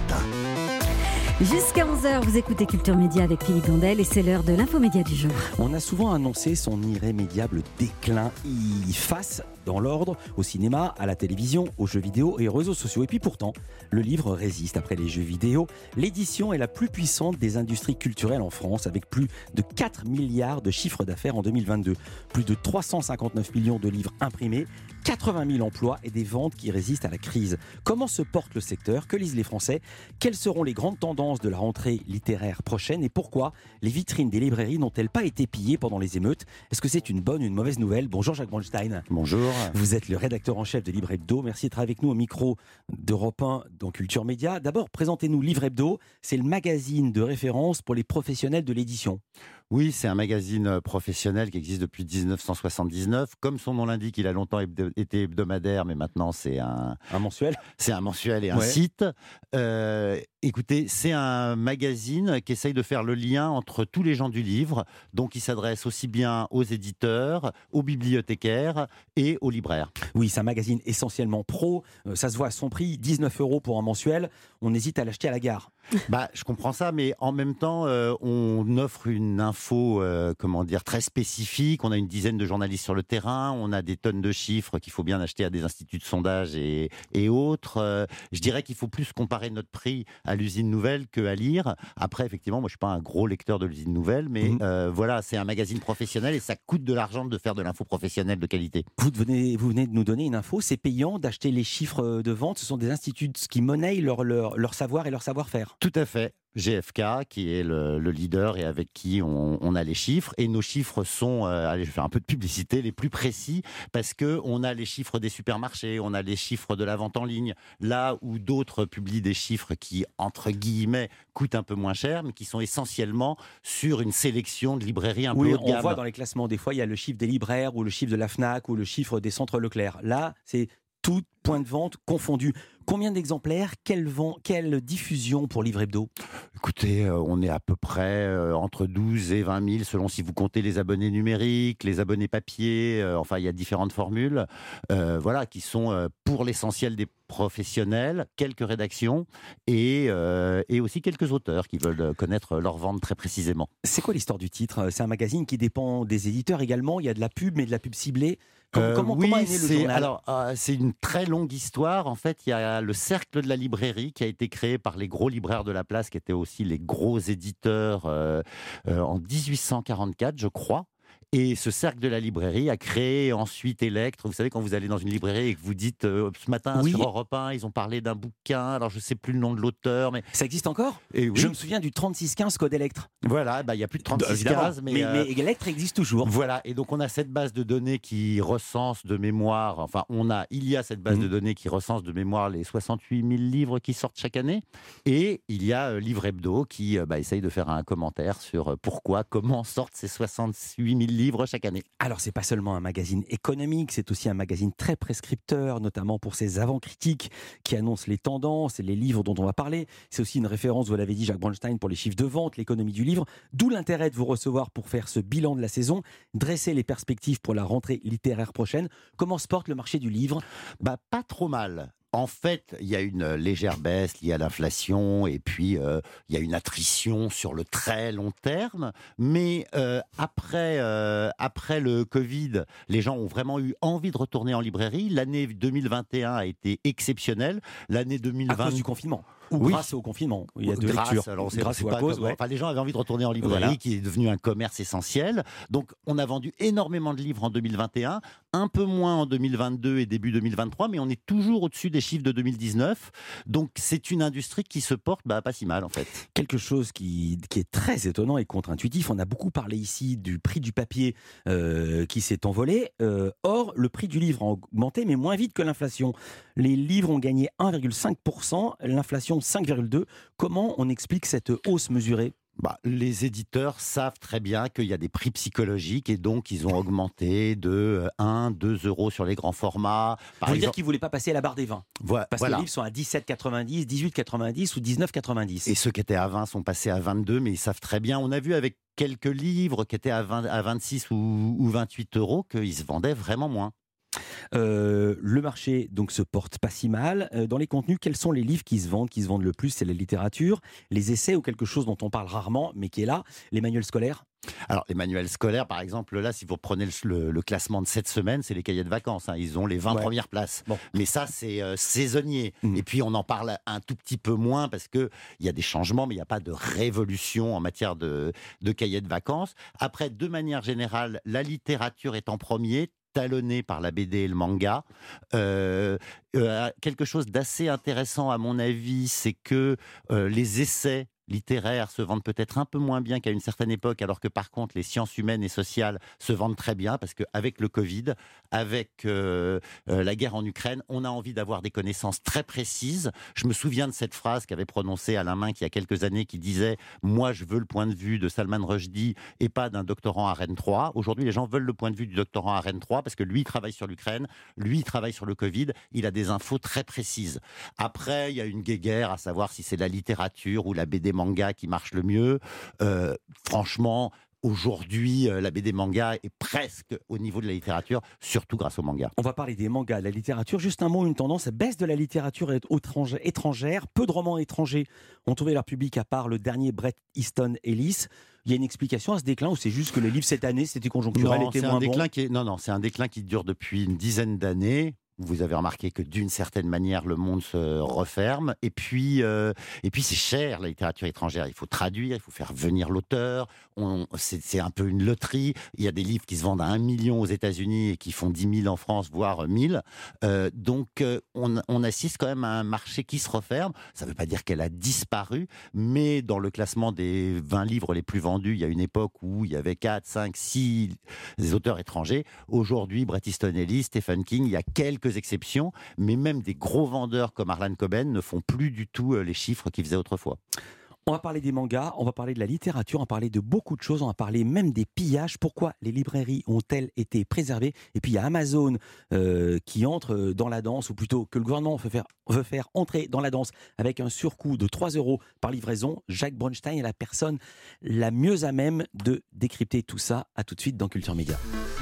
Europe 1. Jusqu'à 11h, vous écoutez Culture Média avec Philippe Blondel et c'est l'heure de l'infomédia du jour. On a souvent annoncé son irrémédiable déclin. Il face dans l'ordre au cinéma, à la télévision, aux jeux vidéo et aux réseaux sociaux. Et puis pourtant, le livre résiste. Après les jeux vidéo, l'édition est la plus puissante des industries culturelles en France, avec plus de 4 milliards de chiffre d'affaires en 2022. Plus de 359 millions de livres imprimés, 80 000 emplois et des ventes qui résistent à la crise. Comment se porte le secteur ? Que lisent les Français ? Quelles seront les grandes tendances de la rentrée littéraire prochaine ? Et pourquoi les vitrines des librairies n'ont-elles pas été pillées pendant les émeutes ? Est-ce que c'est une bonne ou une mauvaise nouvelle ? Bonjour Jacques Bronstein. Bonjour. Vous êtes le rédacteur en chef de Livre Hebdo. Merci d'être avec nous au micro d'Europe 1 dans Culture Média. D'abord, présentez-nous Livre Hebdo. C'est le magazine de référence pour les professionnels de l'édition. Oui, c'est un magazine professionnel qui existe depuis 1979. Comme son nom l'indique, il a longtemps été hebdomadaire, mais maintenant c'est un mensuel. C'est un mensuel et un site. Écoutez, c'est un magazine qui essaye de faire le lien entre tous les gens du livre. Donc, il s'adresse aussi bien aux éditeurs, aux bibliothécaires et aux libraires. Oui, c'est un magazine essentiellement pro. Ça se voit à son prix, 19 € pour un mensuel. On hésite à l'acheter à la gare. Je comprends ça, mais en même temps, on offre une info, très spécifique. On a une dizaine de journalistes sur le terrain. On a des tonnes de chiffres qu'il faut bien acheter à des instituts de sondage et autres. Je dirais qu'il faut plus comparer notre prix à l'usine Nouvelle qu'à lire. Après, effectivement, moi, je suis pas un gros lecteur de l'usine Nouvelle, mais voilà, c'est un magazine professionnel et ça coûte de l'argent de faire de l'info professionnelle de qualité. Vous venez de nous donner une info. C'est payant d'acheter les chiffres de vente. Ce sont des instituts qui monnaient leur savoir et leur savoir-faire. Tout à fait. GFK, qui est le leader et avec qui on a les chiffres. Et nos chiffres sont, allez, je vais faire un peu de publicité, les plus précis, parce qu'on a les chiffres des supermarchés, on a les chiffres de la vente en ligne, là où d'autres publient des chiffres qui, entre guillemets, coûtent un peu moins cher, mais qui sont essentiellement sur une sélection de librairies un peu haut de gamme. On voit dans les classements, des fois, il y a le chiffre des libraires, ou le chiffre de la Fnac, ou le chiffre des centres Leclerc. Là, c'est tout point de vente confondu. Combien d'exemplaires ? Quelle diffusion pour Livre Hebdo ? Écoutez, on est à peu près entre 12 et 20 000, selon si vous comptez les abonnés numériques, les abonnés papier, il y a différentes formules, qui sont pour l'essentiel des professionnels, quelques rédactions et aussi quelques auteurs qui veulent connaître leur vente très précisément. C'est quoi l'histoire du titre ? C'est un magazine qui dépend des éditeurs également, il y a de la pub, mais de la pub ciblée. Comment est né le journal ? C'est une très longue histoire. En fait, il y a le Cercle de la librairie qui a été créé par les gros libraires de la place, qui étaient aussi les gros éditeurs en 1844, je crois. Et ce cercle de la librairie a créé ensuite Electre. Vous savez, quand vous allez dans une librairie et que vous dites ce matin sur Europe 1, ils ont parlé d'un bouquin, alors je ne sais plus le nom de l'auteur. Mais ça existe encore ? Oui. Je me souviens du 3615 code Electre. Voilà, il n'y a plus de 3615. Mais Electre existe toujours. Voilà, et donc on a cette base de données qui recense de mémoire, il y a cette base de données qui recense de mémoire les 68 000 livres qui sortent chaque année. Et il y a Livre Hebdo qui essaye de faire un commentaire sur comment sortent ces 68 000 livres chaque année. Alors, c'est pas seulement un magazine économique, c'est aussi un magazine très prescripteur, notamment pour ses avant-critiques qui annoncent les tendances et les livres dont on va parler. C'est aussi une référence, vous l'avez dit, Jacques Bronstein, pour les chiffres de vente, l'économie du livre. D'où l'intérêt de vous recevoir pour faire ce bilan de la saison, dresser les perspectives pour la rentrée littéraire prochaine. Comment se porte le marché du livre ? Pas trop mal. En fait, il y a une légère baisse liée à l'inflation et puis il y a une attrition sur le très long terme. Mais après le Covid, les gens ont vraiment eu envie de retourner en librairie. L'année 2021 a été exceptionnelle. L'année 2020... À cause du confinement. Ou grâce au confinement. Il y a deux lectures. Grâce ou à cause. Les gens avaient envie de retourner en librairie, qui est devenu un commerce essentiel. Donc, on a vendu énormément de livres en 2021, un peu moins en 2022 et début 2023, mais on est toujours au-dessus des chiffres de 2019. Donc, c'est une industrie qui se porte pas si mal, en fait. Quelque chose qui est très étonnant et contre-intuitif. On a beaucoup parlé ici du prix du papier qui s'est envolé. Or, le prix du livre a augmenté, mais moins vite que l'inflation. Les livres ont gagné 1,5%, l'inflation 5,2%. Comment on explique cette hausse mesurée ? Les éditeurs savent très bien qu'il y a des prix psychologiques et donc ils ont augmenté de 1-2 € sur les grands formats. Vous voulez dire qu'ils ne voulaient pas passer à la barre des 20 ? Parce que les livres sont à 17,90, 18,90 ou 19,90. Et ceux qui étaient à 20 sont passés à 22, mais ils savent très bien. On a vu avec quelques livres qui étaient à 26 ou 28 € qu'ils se vendaient vraiment moins. Le marché donc se porte pas si mal. Dans les contenus, quels sont les livres qui se vendent le plus? C'est la littérature, les essais ou quelque chose dont on parle rarement, mais qui est là, les manuels scolaires? Alors, les manuels scolaires, par exemple, là, si vous prenez le classement de cette semaine, c'est les cahiers de vacances. Ils ont les 20 premières places. Bon. Mais ça, c'est saisonnier. Et puis, on en parle un tout petit peu moins parce qu'il y a des changements, mais il n'y a pas de révolution en matière de cahiers de vacances. Après, de manière générale, la littérature est en premier, talonné par la BD et le manga. Quelque chose d'assez intéressant, à mon avis, c'est que les essais littéraires se vendent peut-être un peu moins bien qu'à une certaine époque, alors que par contre les sciences humaines et sociales se vendent très bien, parce qu'avec le Covid, avec la guerre en Ukraine, on a envie d'avoir des connaissances très précises. Je me souviens de cette phrase qu'avait prononcée Alain Minc il y a quelques années, qui disait « Moi, je veux le point de vue de Salman Rushdie et pas d'un doctorant à Rennes 3 ». Aujourd'hui, les gens veulent le point de vue du doctorant à Rennes 3 parce que lui, il travaille sur l'Ukraine, lui, il travaille sur le Covid, il a des infos très précises. Après, il y a une guéguerre à savoir si c'est la littérature ou la BD manga qui marche le mieux. Franchement, aujourd'hui, la BD manga est presque au niveau de la littérature, surtout grâce au manga. On va parler des mangas, de la littérature. Juste un mot, une tendance, baisse de la littérature étrangère. Peu de romans étrangers ont trouvé leur public à part le dernier Bret Easton Ellis. Il y a une explication à ce déclin ou c'est juste que les livres cette année, c'était conjoncturel, étaient moins bons? Non, c'est un déclin qui dure depuis une dizaine d'années. Vous avez remarqué que d'une certaine manière, le monde se referme. Et puis c'est cher, la littérature étrangère. Il faut traduire, il faut faire venir l'auteur. C'est un peu une loterie. Il y a des livres qui se vendent à 1 million aux États-Unis et qui font 10 000 en France, voire 1000. Donc, on assiste quand même à un marché qui se referme. Ça ne veut pas dire qu'elle a disparu, mais dans le classement des 20 livres les plus vendus, il y a une époque où il y avait 4, 5, 6 auteurs étrangers. Aujourd'hui, Bret Easton Ellis, Stephen King, il y a quelques exceptions, mais même des gros vendeurs comme Harlan Coben ne font plus du tout les chiffres qu'ils faisaient autrefois. On va parler des mangas, on va parler de la littérature, on va parler de beaucoup de choses, on va parler même des pillages. Pourquoi les librairies ont-elles été préservées? Et puis il y a Amazon qui entre dans la danse, ou plutôt que le gouvernement veut faire entrer dans la danse avec un surcoût de 3 € par livraison. Jacques Bronstein est la personne la mieux à même de décrypter tout ça. À tout de suite dans Culture Média.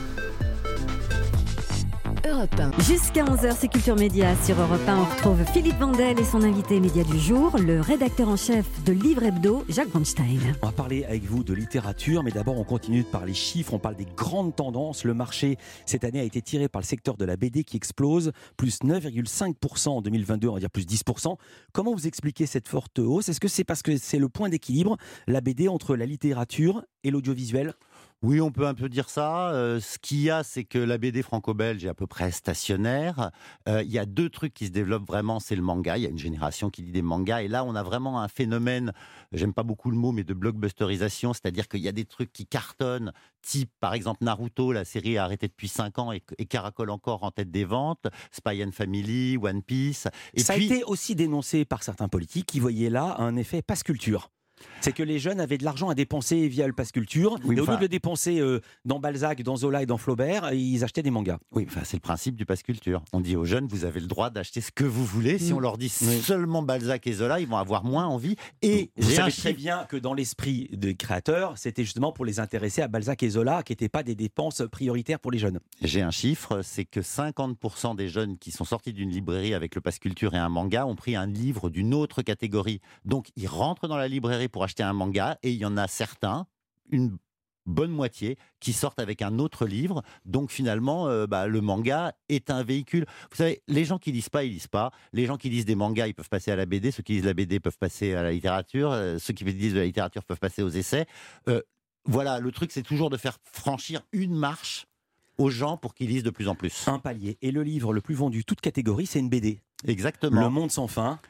Jusqu'à 11h, c'est Culture Média sur Europe 1. On retrouve Philippe Vandel et son invité média du jour, le rédacteur en chef de Livre Hebdo, Jacques Bronstein. On va parler avec vous de littérature, mais d'abord on continue par les chiffres, on parle des grandes tendances. Le marché cette année a été tiré par le secteur de la BD qui explose, plus 9,5% en 2022, on va dire plus 10%. Comment vous expliquez cette forte hausse? Est-ce que c'est parce que c'est le point d'équilibre, la BD, entre la littérature et l'audiovisuel? Oui, on peut un peu dire ça. Ce qu'il y a, c'est que la BD franco-belge est à peu près stationnaire. Il y a 2 trucs qui se développent vraiment, c'est le manga. Il y a une génération qui lit des mangas. Et là, on a vraiment un phénomène, j'aime pas beaucoup le mot, mais de blockbusterisation. C'est-à-dire qu'il y a des trucs qui cartonnent, type, par exemple, Naruto, la série a arrêté depuis 5 ans et caracole encore en tête des ventes. Spy and Family, One Piece. Et ça a été aussi dénoncé par certains politiques qui voyaient là un effet passe culture. C'est que les jeunes avaient de l'argent à dépenser via le passe culture, et au lieu de le dépenser dans Balzac, dans Zola et dans Flaubert, ils achetaient des mangas. Oui, c'est le principe du passe culture. On dit aux jeunes, vous avez le droit d'acheter ce que vous voulez. Si on leur dit seulement Balzac et Zola, ils vont avoir moins envie. Et vous savez très bien que dans l'esprit des créateurs, c'était justement pour les intéresser à Balzac et Zola, qui n'étaient pas des dépenses prioritaires pour les jeunes. J'ai un chiffre, c'est que 50% des jeunes qui sont sortis d'une librairie avec le passe culture et un manga ont pris un livre d'une autre catégorie. Donc, ils rentrent dans la librairie pour acheter un manga, et il y en a certains, une bonne moitié, qui sortent avec un autre livre. Donc finalement, le manga est un véhicule. Vous savez, les gens qui lisent pas, ils lisent pas. Les gens qui lisent des mangas, ils peuvent passer à la BD. Ceux qui lisent la BD peuvent passer à la littérature. Ceux qui lisent de la littérature peuvent passer aux essais. Voilà, le truc, c'est toujours de faire franchir une marche aux gens pour qu'ils lisent de plus en plus. Un palier. Et le livre le plus vendu, toute catégorie, c'est une BD. Exactement. Le Monde sans fin.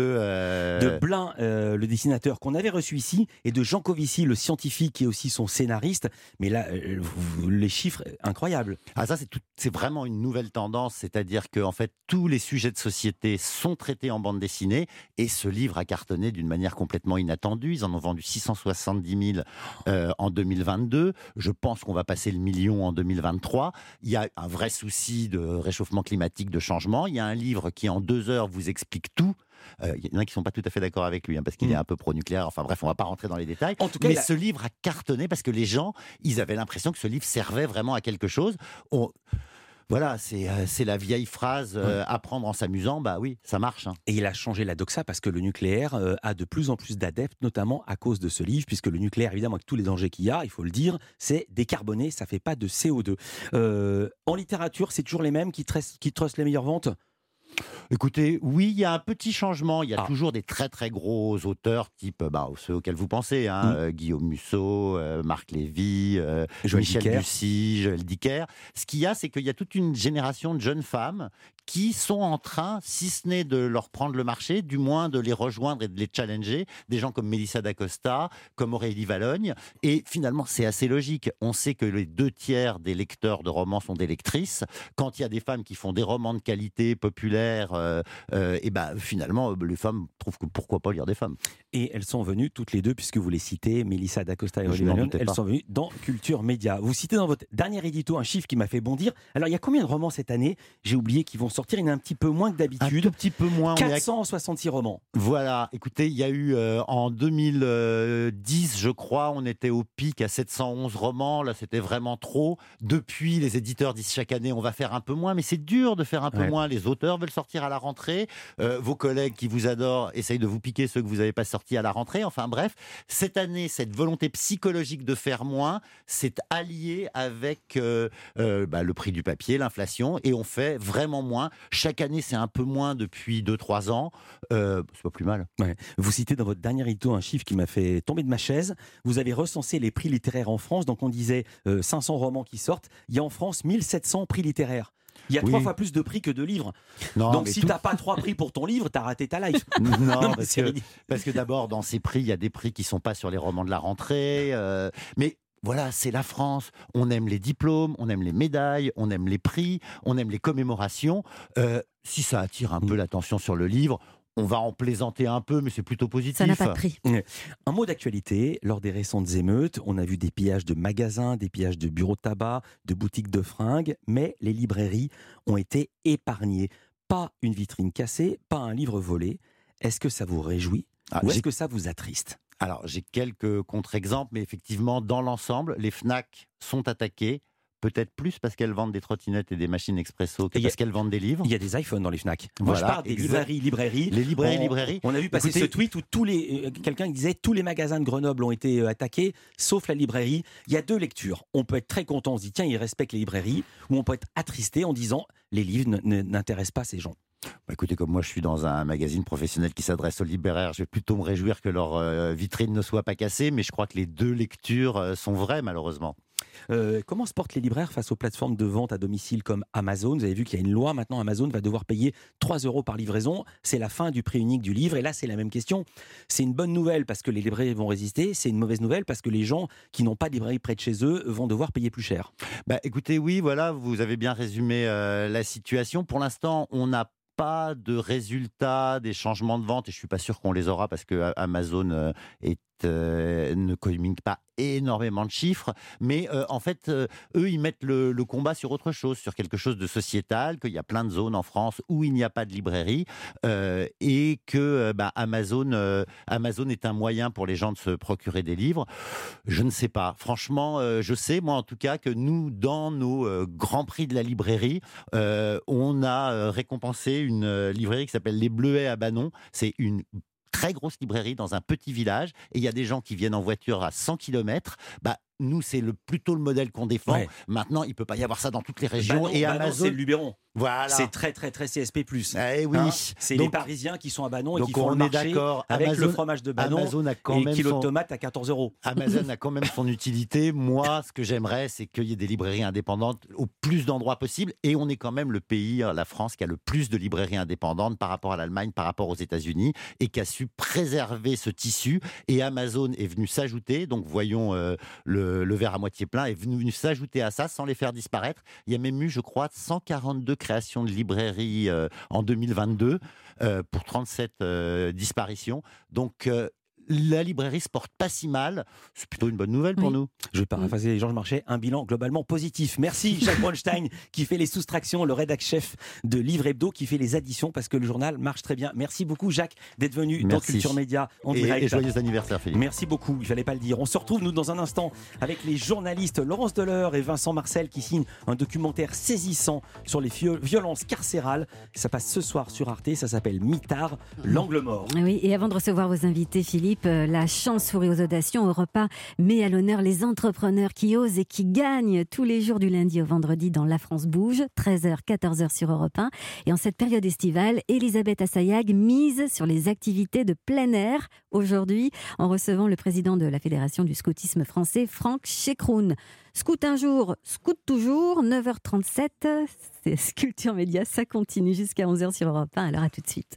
De Blin, le dessinateur qu'on avait reçu ici, et de Jean Covici, le scientifique qui est aussi son scénariste. Mais là, les chiffres, incroyables. Ah, ça, c'est vraiment une nouvelle tendance, c'est-à-dire que en fait, tous les sujets de société sont traités en bande dessinée, et ce livre a cartonné d'une manière complètement inattendue. Ils en ont vendu 670 000 en 2022. Je pense qu'on va passer le million en 2023. Il y a un vrai souci de réchauffement climatique, de changement. Il y a un livre qui, en 2 heures, vous explique tout. Il y en a qui ne sont pas tout à fait d'accord avec lui, parce qu'il est un peu pro-nucléaire. Enfin bref, on ne va pas rentrer dans les détails. En tout cas, mais ce livre a cartonné parce que les gens, ils avaient l'impression que ce livre servait vraiment à quelque chose. Voilà, c'est la vieille phrase apprendre en s'amusant, bah oui, ça marche. Hein. Et il a changé la doxa parce que le nucléaire a de plus en plus d'adeptes, notamment à cause de ce livre, puisque le nucléaire, évidemment, avec tous les dangers qu'il y a, il faut le dire, c'est décarboné, ça fait pas de CO2. En littérature, c'est toujours les mêmes qui trustent les meilleures ventes. Écoutez, oui, il y a un petit changement. Il y a toujours des très très gros auteurs, type ceux auxquels vous pensez, Guillaume Musso, Marc Lévy, Michel Bussy, Joël Dicker. Ce qu'il y a, c'est qu'il y a toute une génération de jeunes femmes qui sont en train, si ce n'est de leur prendre le marché, du moins de les rejoindre et de les challenger. Des gens comme Mélissa d'Acosta, comme Aurélie Valogne. Et finalement, c'est assez logique. On sait que les 2/3 des lecteurs de romans sont des lectrices. Quand il y a des femmes qui font des romans de qualité, populaires, et finalement, les femmes trouvent que pourquoi pas lire des femmes. Et elles sont venues toutes les deux, puisque vous les citez, Mélissa d'Acosta et Aurélie Valogne, elles sont venues dans Culture Média. Vous citez dans votre dernier édito un chiffre qui m'a fait bondir. Alors, il y a combien de romans cette année ? J'ai oublié qu'ils vont sortir. Il y en a un petit peu moins que d'habitude. Un tout petit peu moins. 466 romans. Voilà. Écoutez, il y a eu en 2010, je crois, on était au pic à 711 romans. Là, c'était vraiment trop. Depuis, les éditeurs disent chaque année, on va faire un peu moins. Mais c'est dur de faire un peu moins. Les auteurs veulent sortir à la rentrée. Vos collègues qui vous adorent essayent de vous piquer ceux que vous n'avez pas sortis à la rentrée. Enfin bref, cette année, cette volonté psychologique de faire moins, c'est allié avec le prix du papier, l'inflation, et on fait vraiment moins. Chaque année, c'est un peu moins depuis 2-3 ans. C'est pas plus mal. Ouais. Vous citez dans votre dernier édito un chiffre qui m'a fait tomber de ma chaise. Vous avez recensé les prix littéraires en France. Donc on disait 500 romans qui sortent. Il y a en France 1700 prix littéraires. Il y a 3 fois plus de prix que de livres. Non, donc si tu n'as pas 3 prix pour ton livre, tu as raté ta life. Non, parce que d'abord, dans ces prix, il y a des prix qui ne sont pas sur les romans de la rentrée. Mais voilà, c'est la France. On aime les diplômes, on aime les médailles, on aime les prix, on aime les commémorations. Si ça attire un peu l'attention sur le livre, on va en plaisanter un peu, mais c'est plutôt positif. Ça n'a pas de prix. Un mot d'actualité, lors des récentes émeutes, on a vu des pillages de magasins, des pillages de bureaux de tabac, de boutiques de fringues, mais les librairies ont été épargnées. Pas une vitrine cassée, pas un livre volé. Est-ce que ça vous réjouit ou est-ce que ça vous attriste ? Alors, j'ai quelques contre-exemples, mais effectivement, dans l'ensemble, les Fnac sont attaqués. Peut-être plus parce qu'elles vendent des trottinettes et des machines expresso que parce qu'elles vendent des livres. Il y a des iPhones dans les Fnac. Moi, je parle des librairies. Les librairies. On a vu passer ce tweet où quelqu'un qui disait tous les magasins de Grenoble ont été attaqués, sauf la librairie. Il y a 2 lectures. On peut être très content, on se dit tiens, ils respectent les librairies, ou on peut être attristé en disant les livres n'intéressent pas ces gens. Écoutez, comme moi je suis dans un magazine professionnel qui s'adresse aux libraires, je vais plutôt me réjouir que leur vitrine ne soit pas cassée, mais je crois que les 2 lectures sont vraies malheureusement. Comment se portent les libraires face aux plateformes de vente à domicile comme Amazon ? Vous avez vu qu'il y a une loi maintenant, Amazon va devoir payer 3 € par livraison. C'est la fin du prix unique du livre. Et là, c'est la même question. C'est une bonne nouvelle parce que les librairies vont résister. C'est une mauvaise nouvelle parce que les gens qui n'ont pas de librairie près de chez eux vont devoir payer plus cher. Écoutez, oui, voilà, vous avez bien résumé la situation. Pour l'instant, on n'a pas de résultats des changements de vente et je suis pas sûr qu'on les aura parce que Amazon ne communique pas énormément de chiffres, mais en fait, eux, ils mettent le combat sur autre chose, sur quelque chose de sociétal, qu'il y a plein de zones en France où il n'y a pas de librairie et que Amazon est un moyen pour les gens de se procurer des livres. Je ne sais pas. Franchement, je sais, moi en tout cas, que nous, dans nos grands prix de la librairie, on a récompensé une librairie qui s'appelle Les Bleuets à Banon. C'est une très grosse librairie dans un petit village et il y a des gens qui viennent en voiture à 100 km. Nous, c'est plutôt le modèle qu'on défend. Ouais. Maintenant, il ne peut pas y avoir ça dans toutes les régions. Et Amazon, c'est le Luberon. Voilà. C'est très, très, très CSP+. Oui. C'est les Parisiens qui sont à Banon et qui font le marché avec le fromage de Banon et le kilo de tomates à 14 €. Amazon a quand même son utilité. Moi, ce que j'aimerais, c'est qu'il y ait des librairies indépendantes au plus d'endroits possible. Et on est quand même le pays, la France, qui a le plus de librairies indépendantes par rapport à l'Allemagne, par rapport aux États-Unis, et qui a su préserver ce tissu. Et Amazon est venu s'ajouter. Donc, voyons le verre à moitié plein, est venu s'ajouter à ça sans les faire disparaître. Il y a même eu, je crois, 142 créations de librairies en 2022 pour 37 disparitions. Donc, la librairie se porte pas si mal. C'est plutôt une bonne nouvelle pour nous. Je vais paraphraser Georges Marchais, un bilan globalement positif. Merci Jacques Bronstein qui fait les soustractions, le rédac-chef de Livre Hebdo qui fait les additions parce que le journal marche très bien. Merci beaucoup Jacques d'être venu dans Culture Média en direct. Et joyeux anniversaire Philippe. Merci beaucoup, il fallait pas le dire. On se retrouve nous dans un instant avec les journalistes Laurence Deleur et Vincent Marcel qui signent un documentaire saisissant sur les violences carcérales. Ça passe ce soir sur Arte, ça s'appelle Mitard, l'angle mort. Oui, et avant de recevoir vos invités, Philippe, la chance sourit aux audations. Europe 1 met à l'honneur les entrepreneurs qui osent et qui gagnent tous les jours du lundi au vendredi dans La France Bouge, 13h, 14h sur Europe 1. Et en cette période estivale, Elisabeth Assayag mise sur les activités de plein air aujourd'hui en recevant le président de la Fédération du scoutisme français, Franck Chekroun. Scout un jour, scout toujours, 9h37, c'est Culture Média, ça continue jusqu'à 11h sur Europe 1, alors à tout de suite.